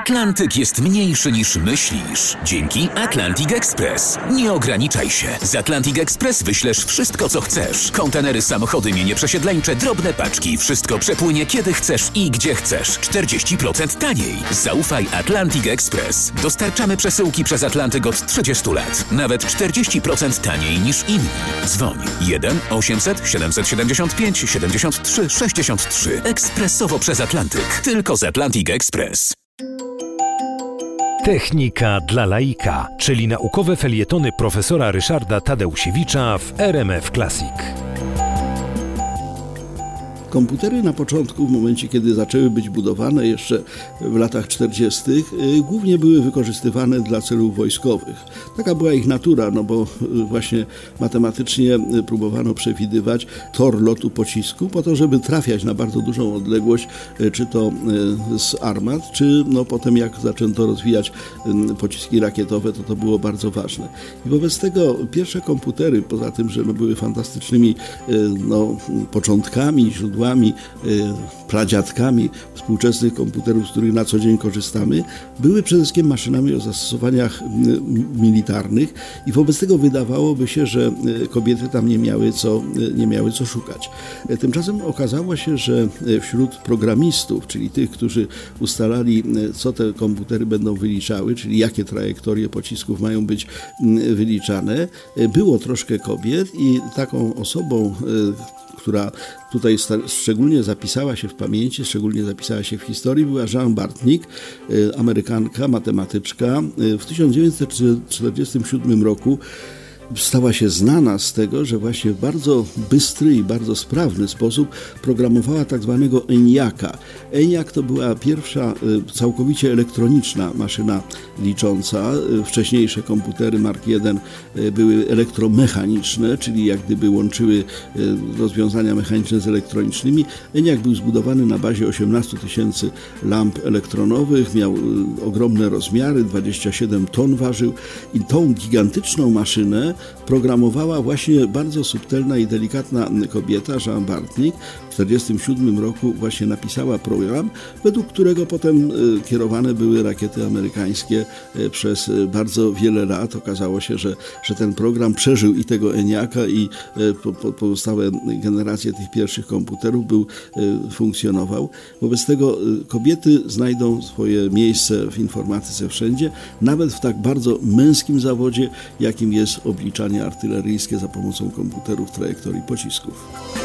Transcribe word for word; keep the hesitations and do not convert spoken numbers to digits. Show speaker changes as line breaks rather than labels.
Atlantyk jest mniejszy niż myślisz. Dzięki Atlantic Express. Nie ograniczaj się. Z Atlantic Express wyślesz wszystko, co chcesz. Kontenery, samochody, mienie przesiedleńcze, drobne paczki. Wszystko przepłynie kiedy chcesz i gdzie chcesz. czterdzieści procent taniej. Zaufaj Atlantic Express. Dostarczamy przesyłki przez Atlantyk od trzydziestu lat. Nawet czterdzieści procent taniej niż inni. Dzwoń jeden osiemset siedemset siedemdziesiąt pięć siedemdziesiąt trzy sześćdziesiąt trzy. Ekspresowo przez Atlantyk. Tylko z Atlantic Express.
Technika dla laika, czyli naukowe felietony profesora Ryszarda Tadeusiewicza w R M F Classic.
Komputery na początku, w momencie kiedy zaczęły być budowane jeszcze w latach czterdziestych, głównie były wykorzystywane dla celów wojskowych. Taka była ich natura, no bo właśnie matematycznie próbowano przewidywać tor lotu pocisku po to, żeby trafiać na bardzo dużą odległość, czy to z armat, czy no potem jak zaczęto rozwijać pociski rakietowe, to to było bardzo ważne. I wobec tego pierwsze komputery, poza tym, że no były fantastycznymi no, początkami, źródłami, pradziadkami współczesnych komputerów, z których na co dzień korzystamy, były przede wszystkim maszynami o zastosowaniach militarnych i wobec tego wydawałoby się, że kobiety tam nie miały co, nie miały co szukać. Tymczasem okazało się, że wśród programistów, czyli tych, którzy ustalali, co te komputery będą wyliczały, czyli jakie trajektorie pocisków mają być wyliczane, było troszkę kobiet i taką osobą, która tutaj szczególnie zapisała się w pamięci, szczególnie zapisała się w historii, była Jean Bartnik, Amerykanka, matematyczka. W tysiąc dziewięćset czterdziestym siódmym roku stała się znana z tego, że właśnie w bardzo bystry i bardzo sprawny sposób programowała tak zwanego ENIAC'a. ENIAC to była pierwsza całkowicie elektroniczna maszyna licząca. Wcześniejsze komputery Mark jeden były elektromechaniczne, czyli jak gdyby łączyły rozwiązania mechaniczne z elektronicznymi. ENIAC był zbudowany na bazie osiemnastu tysięcy lamp elektronowych, miał ogromne rozmiary, dwadzieścia siedem ton ważył i tą gigantyczną maszynę programowała właśnie bardzo subtelna i delikatna kobieta, Jean Bartnik. W tysiąc dziewięćset czterdziestym siódmym roku właśnie napisała program, według którego potem kierowane były rakiety amerykańskie przez bardzo wiele lat. Okazało się, że, że ten program przeżył i tego ENIAC'a, i po, po, pozostałe generacje tych pierwszych komputerów był, funkcjonował. Wobec tego kobiety znajdą swoje miejsce w informatyce wszędzie, nawet w tak bardzo męskim zawodzie, jakim jest obliczanie artyleryjskie za pomocą komputerów trajektorii pocisków.